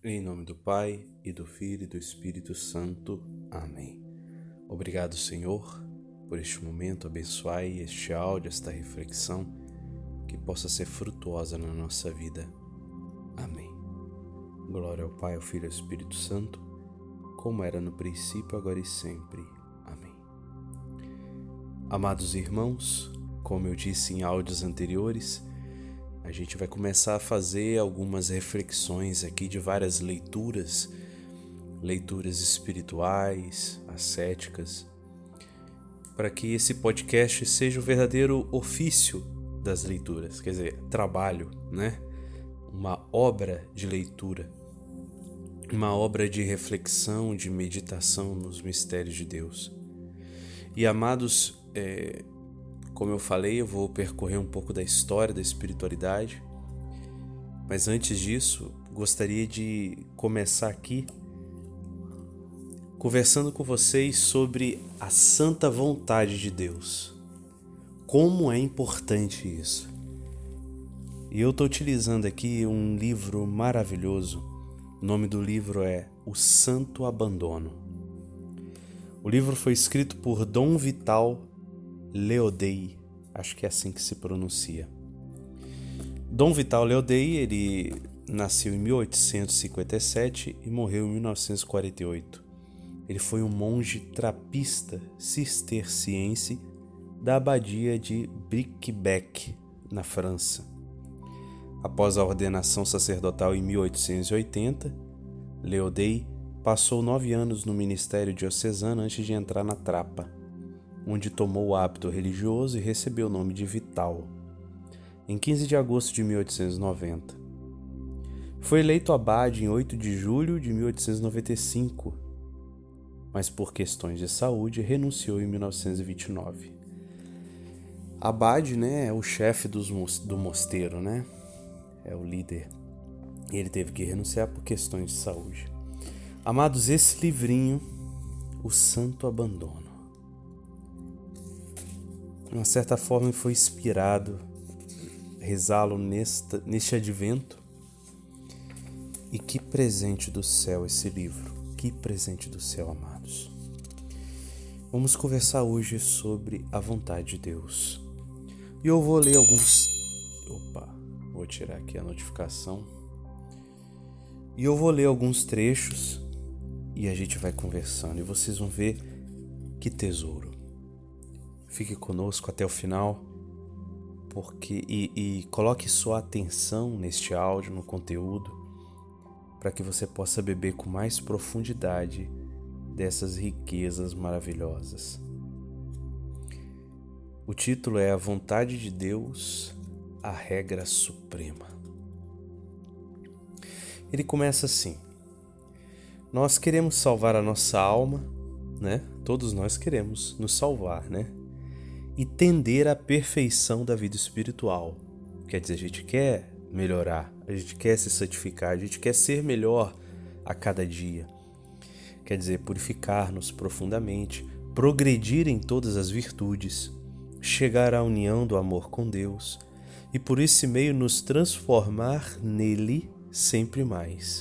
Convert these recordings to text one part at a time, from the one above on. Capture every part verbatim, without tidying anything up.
Em nome do Pai, e do Filho e do Espírito Santo. Amém. Obrigado, Senhor, por este momento. Abençoai este áudio, esta reflexão, que possa ser frutuosa na nossa vida. Amém. Glória ao Pai, ao Filho e ao Espírito Santo, como era no princípio, agora e sempre. Amém. Amados irmãos, como eu disse em áudios anteriores, a gente vai começar a fazer algumas reflexões aqui de várias leituras, leituras espirituais, ascéticas, para que esse podcast seja o verdadeiro ofício das leituras, quer dizer, trabalho, né? Uma obra de leitura, uma obra de reflexão, de meditação nos mistérios de Deus. E amados, é, como eu falei, eu vou percorrer um pouco da história da espiritualidade, mas antes disso, gostaria de começar aqui conversando com vocês sobre a santa vontade de Deus. Como é importante isso. E eu estou utilizando aqui um livro maravilhoso. O nome do livro é O Santo Abandono. O livro foi escrito por Dom Vital Leodei, acho que é assim que se pronuncia. Dom Vital Leodei, ele nasceu em mil oitocentos e cinquenta e sete e morreu em mil novecentos e quarenta e oito. Ele foi um monge trapista cisterciense da abadia de Briquebec, na França. Após a ordenação sacerdotal em mil oitocentos e oitenta, Leodei passou nove anos no ministério diocesano antes de entrar na Trapa, onde tomou o hábito religioso e recebeu o nome de Vital, em quinze de agosto de mil oitocentos e noventa. Foi eleito abade em oito de julho de mil oitocentos e noventa e cinco, mas por questões de saúde renunciou em mil novecentos e vinte e nove. Abade, né, é o chefe dos, do mosteiro, né? É o líder. E ele teve que renunciar por questões de saúde. Amados, esse livrinho, O Santo Abandono, de uma certa forma foi inspirado rezá-lo neste, neste advento. E que presente do céu esse livro, que presente do céu, amados. Vamos conversar hoje sobre a vontade de Deus. E eu vou ler alguns... Opa, vou tirar aqui a notificação. E eu vou ler alguns trechos e a gente vai conversando. E vocês vão ver que tesouro. Fique conosco até o final, porque e, e coloque sua atenção neste áudio, no conteúdo, para que você possa beber com mais profundidade dessas riquezas maravilhosas. O título é A Vontade de Deus, a Regra Suprema. Ele começa assim: nós queremos salvar a nossa alma, né? Todos nós queremos nos salvar, né? E tender à perfeição da vida espiritual. Quer dizer, a gente quer melhorar, a gente quer se santificar, a gente quer ser melhor a cada dia. Quer dizer, purificar-nos profundamente, progredir em todas as virtudes, chegar à união do amor com Deus e por esse meio nos transformar nele sempre mais.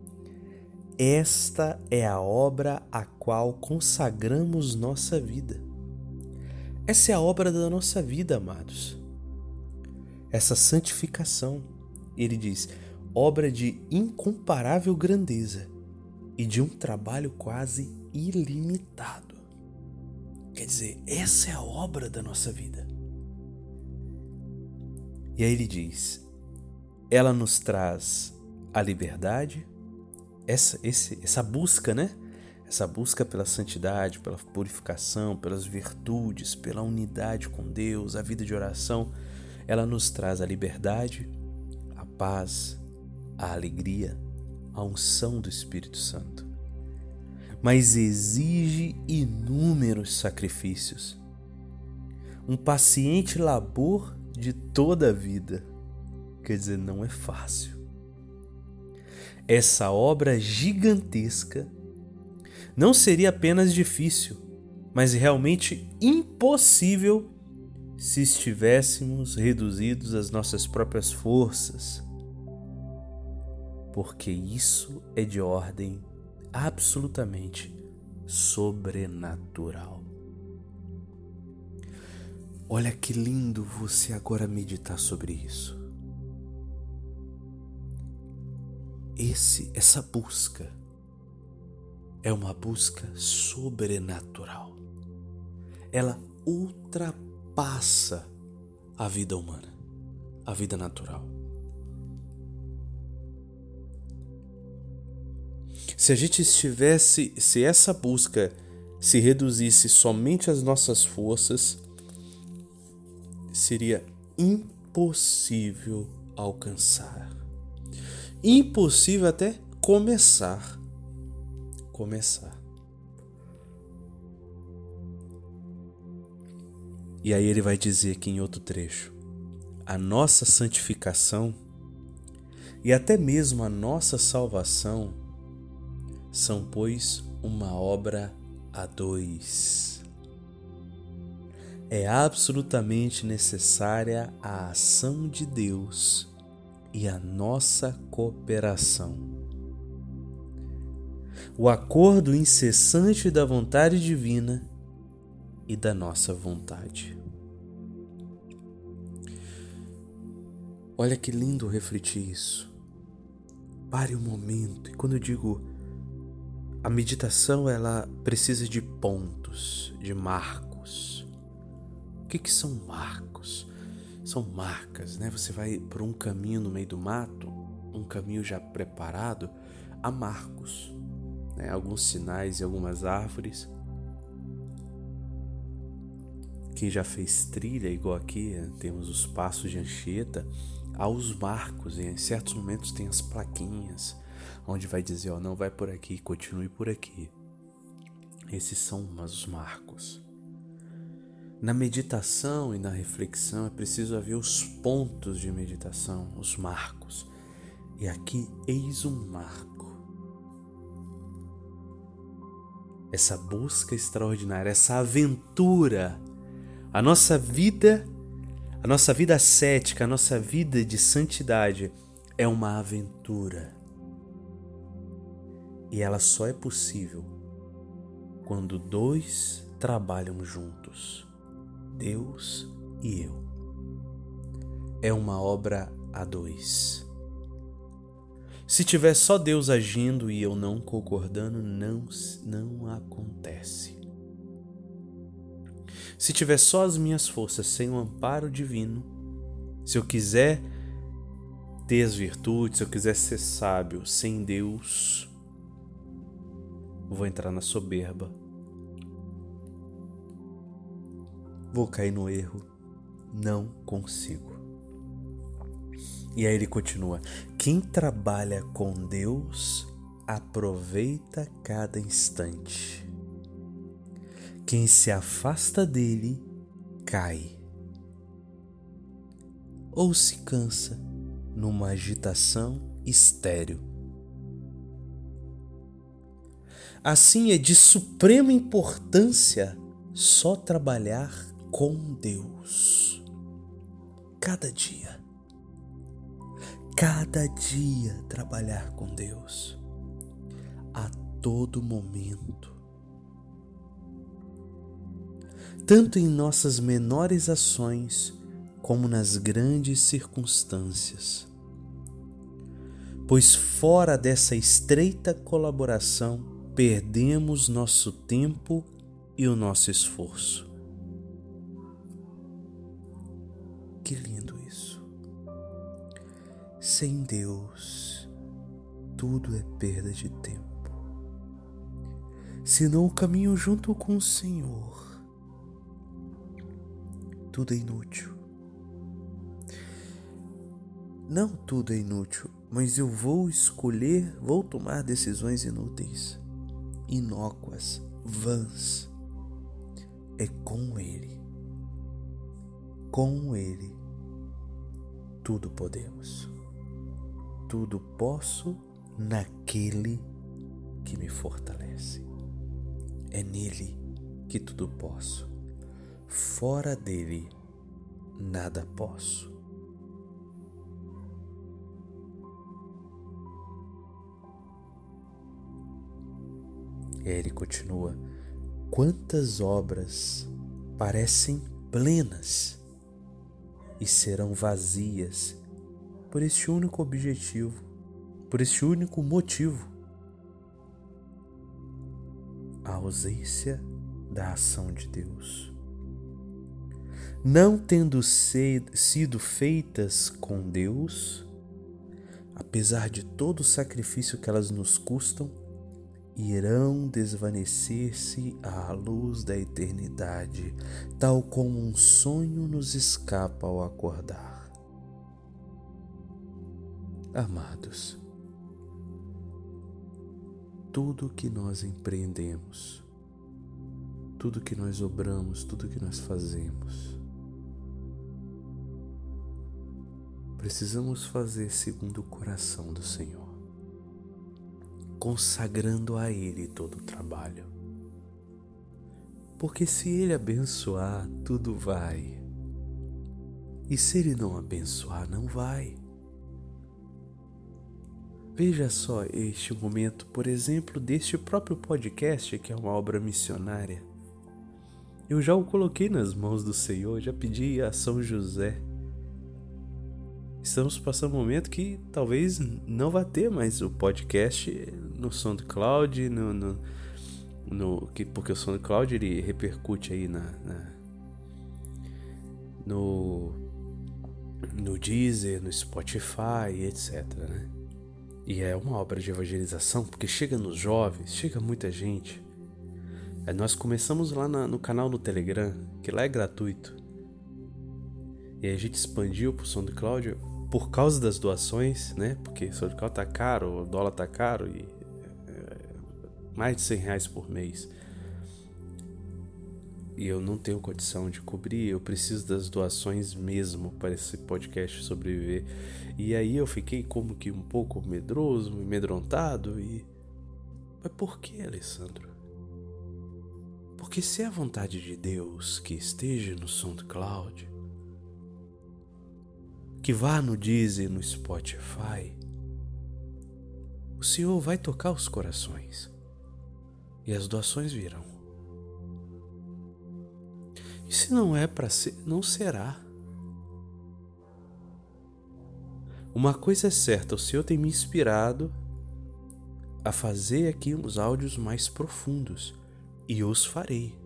Esta é a obra a qual consagramos nossa vida. Essa é a obra da nossa vida, amados. Essa santificação, ele diz, obra de incomparável grandeza e de um trabalho quase ilimitado. Quer dizer, essa é a obra da nossa vida. E aí ele diz, ela nos traz a liberdade, essa, esse, essa busca, né? Essa busca pela santidade, pela purificação, pelas virtudes, pela unidade com Deus, a vida de oração, ela nos traz a liberdade, a paz, a alegria, a unção do Espírito Santo. Mas exige inúmeros sacrifícios, um paciente labor de toda a vida. Quer dizer, não é fácil. Essa obra gigantesca não seria apenas difícil, mas realmente impossível se estivéssemos reduzidos às nossas próprias forças. porque isso é de ordem absolutamente sobrenatural. Olha que lindo você agora meditar sobre isso. Esse, essa busca é uma busca sobrenatural. Ela ultrapassa a vida humana, a vida natural. Se a gente estivesse, se essa busca se reduzisse somente às nossas forças, seria impossível alcançar. Impossível até começar. Começar. E aí ele vai dizer aqui em outro trecho: a nossa santificação e até mesmo a nossa salvação são, pois, uma obra a dois. É absolutamente necessária a ação de Deus e a nossa cooperação. O acordo incessante da vontade divina e da nossa vontade. Olha que lindo refletir isso. Pare um momento. E quando eu digo a meditação, ela precisa de pontos, de marcos. O que que são marcos? São marcas, né? Você vai por um caminho no meio do mato, um caminho já preparado, há marcos, né? Alguns sinais e algumas árvores. Quem já fez trilha, igual aqui, temos os passos de Anchieta, há os marcos, e em certos momentos tem as plaquinhas, onde vai dizer, ó, não vai por aqui, continue por aqui. Esses são os marcos. Na meditação e na reflexão é preciso haver os pontos de meditação, os marcos. E aqui eis um marco. Essa busca extraordinária, essa aventura, a nossa vida, a nossa vida ascética, a nossa vida de santidade é uma aventura. E ela só é possível quando dois trabalham juntos, Deus e eu. É uma obra a dois. Se tiver só Deus agindo e eu não concordando, não, não acontece. Se tiver só as minhas forças sem o amparo divino, se eu quiser ter as virtudes, se eu quiser ser sábio sem Deus, vou entrar na soberba, vou cair no erro, não consigo. E aí ele continua: quem trabalha com Deus aproveita cada instante. Quem se afasta dele cai ou se cansa numa agitação estéril. Assim é de suprema importância só trabalhar com Deus. Cada dia. Cada dia trabalhar com Deus. A todo momento. Tanto em nossas menores ações como nas grandes circunstâncias. Pois fora dessa estreita colaboração, perdemos nosso tempo e o nosso esforço. Que lindo isso. Sem Deus, tudo é perda de tempo. Se não caminho junto com o Senhor, tudo é inútil. Não tudo é inútil, mas eu vou escolher, vou tomar decisões inúteis, inócuas, vãs. É com Ele. Com Ele, tudo podemos. Tudo posso naquele que me fortalece. É nele que tudo posso. Fora dele, nada posso. E aí ele continua: quantas obras parecem plenas e serão vazias por este único objetivo, por este único motivo: a ausência da ação de Deus. Não tendo sido feitas com Deus, apesar de todo o sacrifício que elas nos custam, irão desvanecer-se à luz da eternidade, tal como um sonho nos escapa ao acordar. Amados, tudo que nós empreendemos, tudo que nós obramos, tudo que nós fazemos, precisamos fazer segundo o coração do Senhor, consagrando a Ele todo o trabalho. Porque se Ele abençoar, tudo vai. E se Ele não abençoar, não vai. Veja só este momento, por exemplo, deste próprio podcast, que é uma obra missionária. Eu já o coloquei nas mãos do Senhor, já pedi a São José. Estamos passando um momento que talvez não vá ter mais o podcast no SoundCloud, no, no, no, que, porque o SoundCloud ele repercute aí na, na, no, no Deezer, no Spotify, etcétera, né? E é uma obra de evangelização, porque chega nos jovens, chega muita gente. Aí nós começamos lá na, no canal no Telegram, que lá é gratuito. E aí a gente expandiu pro SoundCloud por causa das doações, né? Porque o SoundCloud tá caro, o dólar tá caro e é, mais de cem reais por mês. E eu não tenho condição de cobrir, eu preciso das doações mesmo para esse podcast sobreviver. E aí eu fiquei como que um pouco medroso, amedrontado e... Mas por que, Alessandro? Porque se é a vontade de Deus que esteja no SoundCloud, que vá no Deezer, no Spotify, o Senhor vai tocar os corações e as doações virão. E se não é para ser, não será. Uma coisa é certa, o Senhor tem me inspirado a fazer aqui uns áudios mais profundos, e os farei.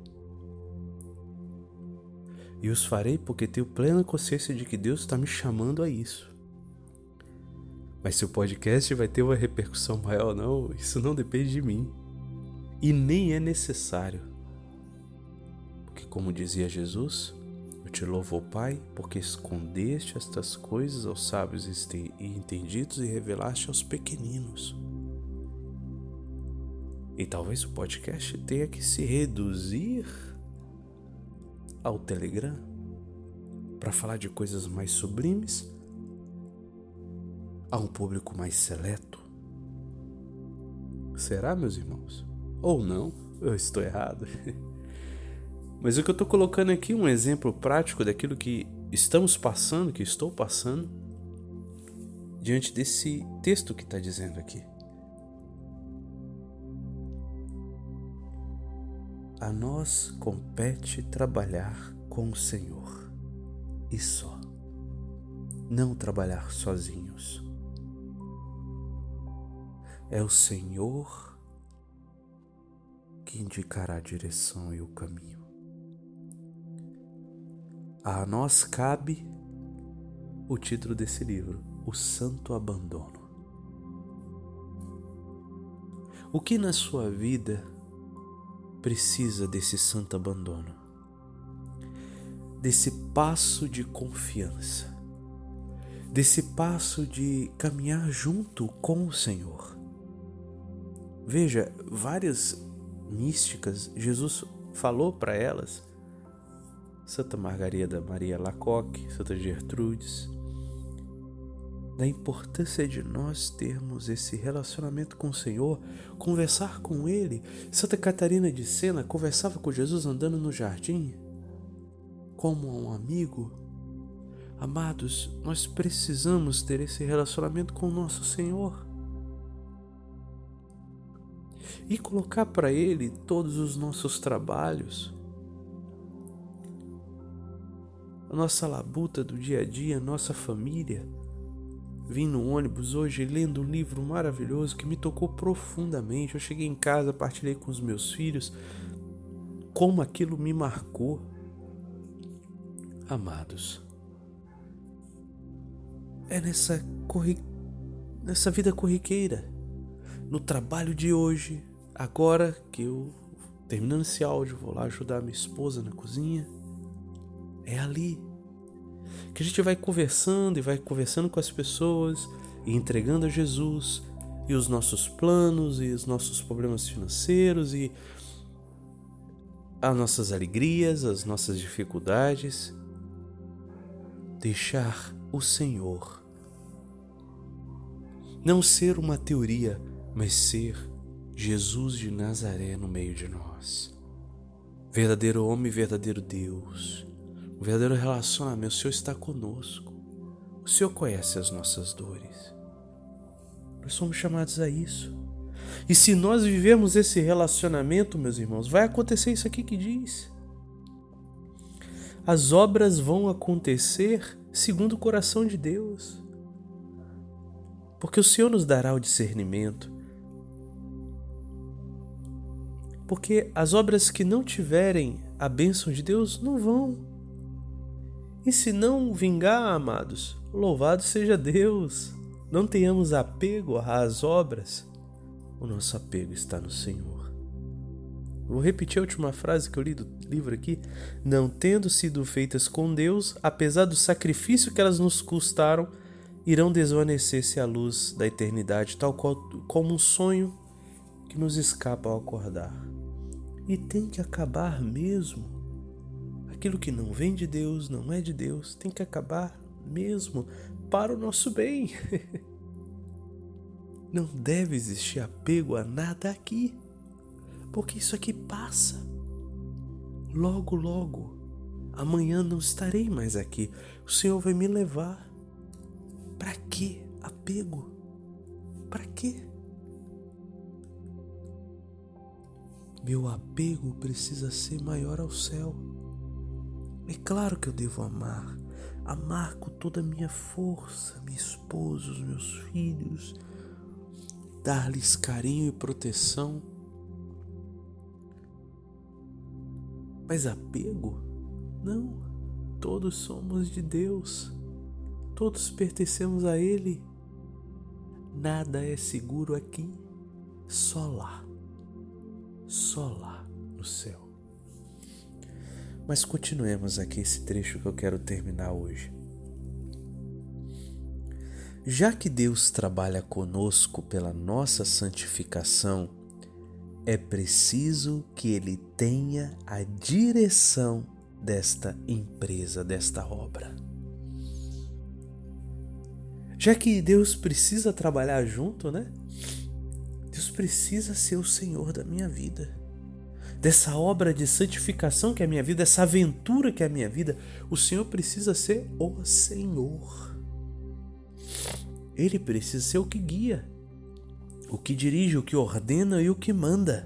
E os farei porque tenho plena consciência de que Deus está me chamando a isso. Mas se o podcast vai ter uma repercussão maior ou não, isso não depende de mim. E nem é necessário. Porque como dizia Jesus, eu te louvo, ó Pai, porque escondeste estas coisas aos sábios e entendidos e revelaste aos pequeninos. E talvez o podcast tenha que se reduzir ao Telegram para falar de coisas mais sublimes a um público mais seleto. Será, meus irmãos? Ou não? Eu estou errado. Mas o que eu estou colocando aqui é um exemplo prático daquilo que estamos passando, que estou passando, diante desse texto que está dizendo aqui. A nós compete trabalhar com o Senhor e só, não trabalhar sozinhos. É o Senhor que indicará a direção e o caminho. A nós cabe o título desse livro, O Santo Abandono. O que na sua vida precisa desse santo abandono, desse passo de confiança, desse passo de caminhar junto com o Senhor? Veja, várias místicas, Jesus falou para elas, Santa Margarida Maria Lacoque, Santa Gertrudes, da importância de nós termos esse relacionamento com o Senhor, conversar com Ele. Santa Catarina de Sena conversava com Jesus andando no jardim, como um amigo. Amados, nós precisamos ter esse relacionamento com o nosso Senhor. e colocar para Ele todos os nossos trabalhos, a nossa labuta do dia a dia, a nossa família. Vim no ônibus hoje lendo um livro maravilhoso que me tocou profundamente. Eu cheguei em casa, partilhei com os meus filhos como aquilo me marcou. Amados, é nessa, corri... nessa vida corriqueira, no trabalho de hoje, agora que eu, terminando esse áudio, vou lá ajudar minha esposa na cozinha, é ali que a gente vai conversando e vai conversando com as pessoas e entregando a Jesus e os nossos planos e os nossos problemas financeiros e as nossas alegrias, as nossas dificuldades. Deixar o Senhor não ser uma teoria, mas ser Jesus de Nazaré no meio de nós. Verdadeiro homem, verdadeiro Deus. O verdadeiro relacionamento. O Senhor está conosco. O Senhor conhece as nossas dores. Nós somos chamados a isso. E se nós vivermos esse relacionamento, meus irmãos, vai acontecer isso aqui que diz. As obras vão acontecer segundo o coração de Deus. Porque o Senhor nos dará o discernimento. Porque as obras que não tiverem a bênção de Deus não vão. E se não vingar, amados, louvado seja Deus. Não tenhamos apego às obras. O nosso apego está no Senhor. Vou repetir a última frase que eu li do livro aqui. Não tendo sido feitas com Deus, apesar do sacrifício que elas nos custaram, irão desvanecer-se à luz da eternidade, tal qual, como um sonho que nos escapa ao acordar. E tem que acabar mesmo. Aquilo que não vem de Deus, não é de Deus, tem que acabar mesmo para o nosso bem. Não deve existir apego a nada aqui, porque isso aqui passa. Logo, logo, amanhã não estarei mais aqui. O Senhor vai me levar. Para que apego? Para quê? Meu apego precisa ser maior ao céu. É claro que eu devo amar, amar com toda a minha força, minha esposa, os meus filhos, dar-lhes carinho e proteção. Mas apego? Não, todos somos de Deus, todos pertencemos a Ele. Nada é seguro aqui, só lá, só lá no céu. Mas continuemos aqui esse trecho que eu quero terminar hoje. Já que Deus trabalha conosco pela nossa santificação, é preciso que Ele tenha a direção desta empresa, desta obra. Já que Deus precisa trabalhar junto, né? Deus precisa ser o Senhor da minha vida. Dessa obra de santificação que é a minha vida, essa aventura que é a minha vida, o Senhor precisa ser o Senhor. Ele precisa ser o que guia, o que dirige, o que ordena e o que manda.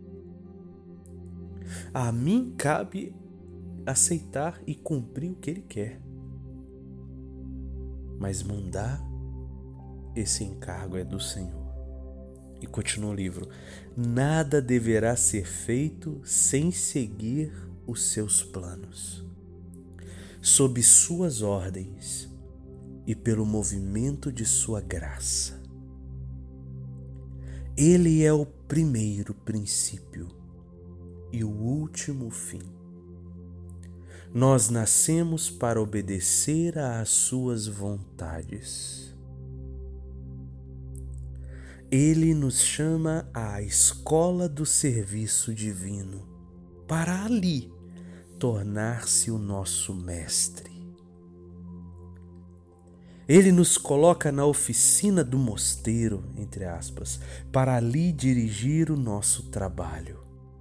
A mim cabe aceitar e cumprir o que Ele quer. Mas mandar, esse encargo é do Senhor. E continua o livro. Nada deverá ser feito sem seguir os seus planos, sob suas ordens e pelo movimento de sua graça. Ele é o primeiro princípio e o último fim. Nós nascemos para obedecer às suas vontades. Ele nos chama à escola do serviço divino, para ali tornar-se o nosso mestre. Ele nos coloca na oficina do mosteiro, entre aspas, para ali dirigir o nosso trabalho.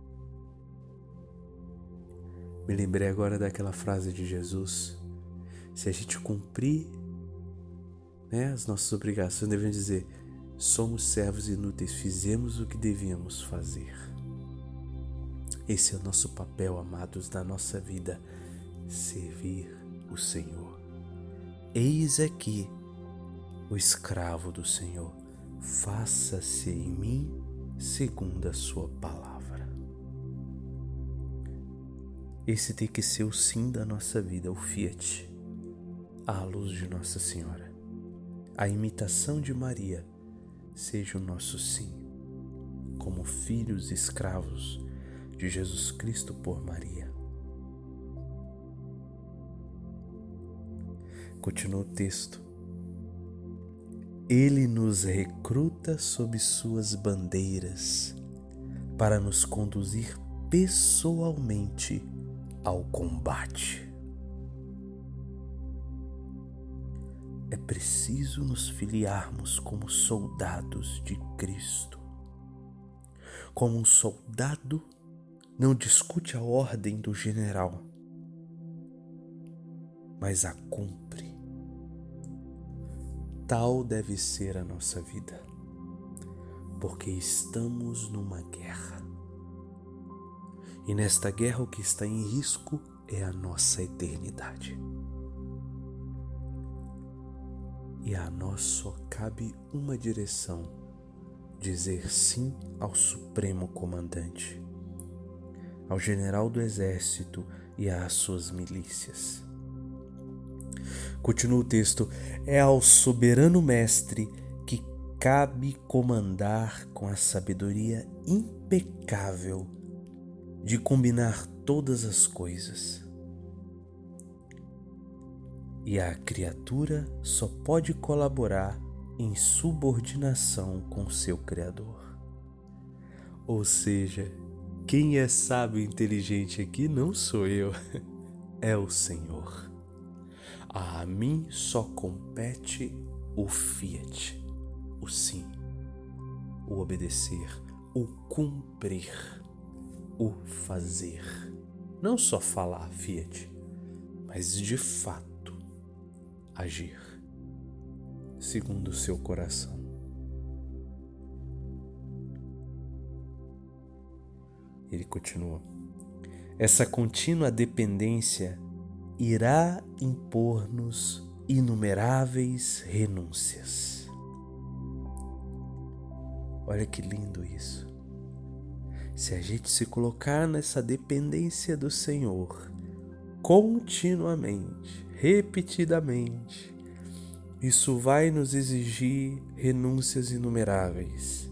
Me lembrei agora daquela frase de Jesus. Se a gente cumprir, né, as nossas obrigações, devemos dizer: somos servos inúteis, fizemos o que devíamos fazer. Esse é o nosso papel, amados, da nossa vida, servir o Senhor. Eis aqui o escravo do Senhor, faça-se em mim segundo a sua palavra. Esse tem que ser o sim da nossa vida, o fiat, à luz de Nossa Senhora. A imitação de Maria seja o nosso sim, como filhos escravos de Jesus Cristo por Maria. Continua o texto. Ele nos recruta sob suas bandeiras para nos conduzir pessoalmente ao combate. É preciso nos filiarmos como soldados de Cristo. Como um soldado não discute a ordem do general, mas a cumpre. Tal deve ser a nossa vida, porque estamos numa guerra. E nesta guerra o que está em risco é a nossa eternidade. E a nós só cabe uma direção: dizer sim ao Supremo Comandante, ao general do exército e às suas milícias. Continua o texto. É ao soberano mestre que cabe comandar com a sabedoria impecável de combinar todas as coisas. E a criatura só pode colaborar em subordinação com seu Criador. Ou seja, quem é sábio e inteligente aqui não sou eu, é o Senhor. A mim só compete o fiat, o sim, o obedecer, o cumprir, o fazer. Não só falar fiat, mas de fato agir segundo o seu coração. Ele continua. Essa contínua dependência irá impor-nos inumeráveis renúncias. Olha que lindo isso. Se a gente se colocar nessa dependência do Senhor continuamente, repetidamente, isso vai nos exigir renúncias inumeráveis.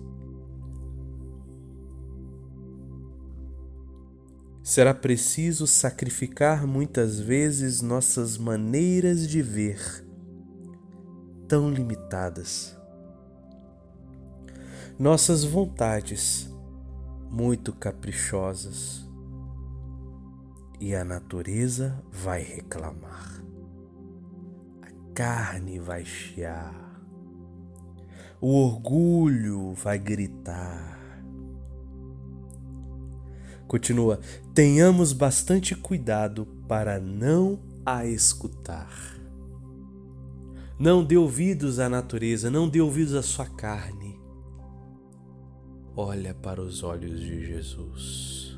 Será preciso sacrificar muitas vezes nossas maneiras de ver, tão limitadas, nossas vontades muito caprichosas, e a natureza vai reclamar, a carne vai chiar, o orgulho vai gritar. Continua, tenhamos bastante cuidado para não a escutar. Não dê ouvidos à natureza, não dê ouvidos à sua carne. Olha para os olhos de Jesus.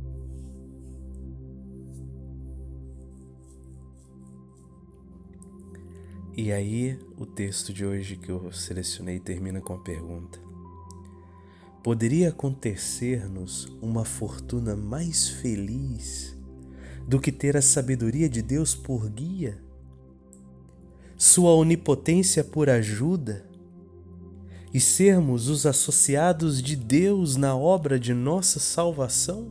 E aí, o texto de hoje que eu selecionei termina com a pergunta: poderia acontecer-nos uma fortuna mais feliz do que ter a sabedoria de Deus por guia, sua onipotência por ajuda, e sermos os associados de Deus na obra de nossa salvação?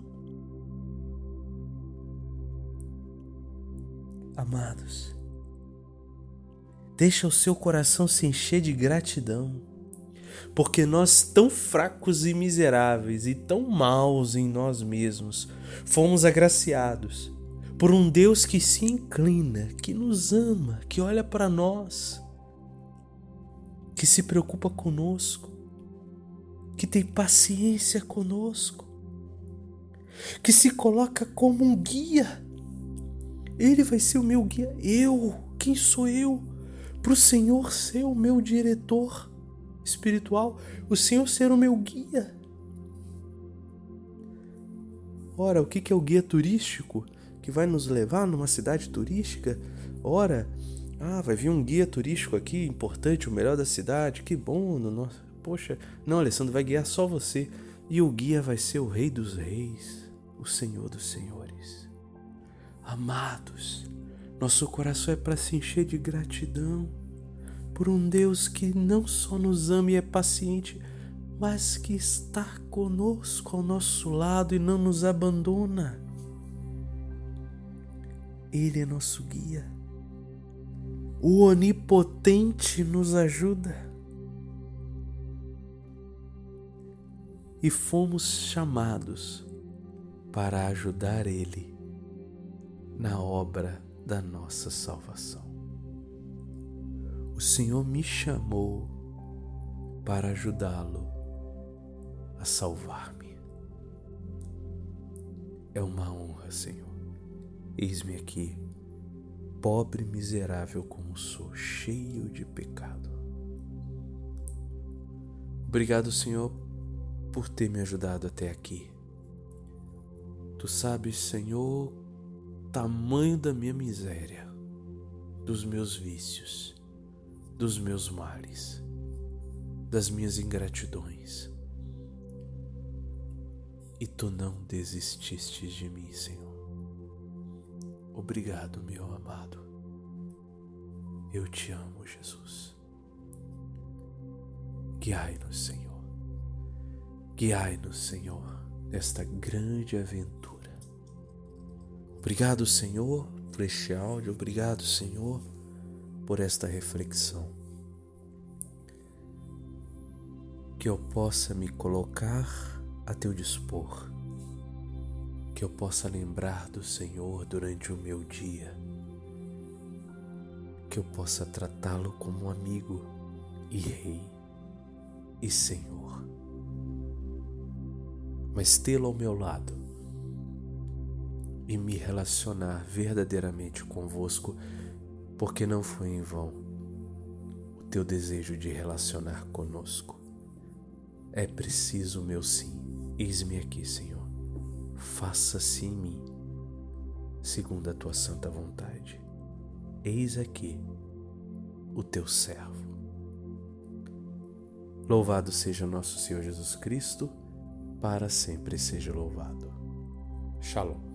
Amados, deixa o seu coração se encher de gratidão, porque nós, tão fracos e miseráveis e tão maus em nós mesmos, fomos agraciados por um Deus que se inclina, que nos ama, que olha para nós, que se preocupa conosco, que tem paciência conosco, que se coloca como um guia. Ele vai ser o meu guia. Eu, quem sou eu para o Senhor ser o meu diretor? espiritual, o Senhor ser o meu guia. Ora, o que é o guia turístico que vai nos levar numa cidade turística? Ora, ah, vai vir um guia turístico aqui, importante, o melhor da cidade, que bom, no nosso... Poxa, não, Alessandro, vai guiar só você. E o guia vai ser o Rei dos Reis, o Senhor dos Senhores. Amados, nosso coração é para se encher de gratidão por um Deus que não só nos ama e é paciente, mas que está conosco ao nosso lado e não nos abandona. Ele é nosso guia. O Onipotente nos ajuda. E fomos chamados para ajudar Ele na obra da nossa salvação. O Senhor me chamou para ajudá-lo a salvar-me. É uma honra, Senhor. Eis-me aqui, pobre e miserável como sou, cheio de pecado. Obrigado, Senhor, por ter me ajudado até aqui. Tu sabes, Senhor, o tamanho da minha miséria, dos meus vícios, dos meus males, das minhas ingratidões. E tu não desististe de mim, Senhor. Obrigado, meu amado. Eu te amo, Jesus. Guiai-nos, Senhor. Guiai-nos, Senhor, nesta grande aventura. Obrigado, Senhor, por este áudio. Obrigado, Senhor, por esta reflexão. Que eu possa me colocar a teu dispor. Que eu possa lembrar do Senhor durante o meu dia. Que eu possa tratá-lo como amigo e Rei e Senhor. Mas tê-lo ao meu lado e me relacionar verdadeiramente convosco, porque não foi em vão o teu desejo de relacionar conosco. É preciso o meu sim. Eis-me aqui, Senhor. Faça-se em mim, segundo a tua santa vontade. Eis aqui o teu servo. Louvado seja nosso Senhor Jesus Cristo, para sempre seja louvado. Shalom.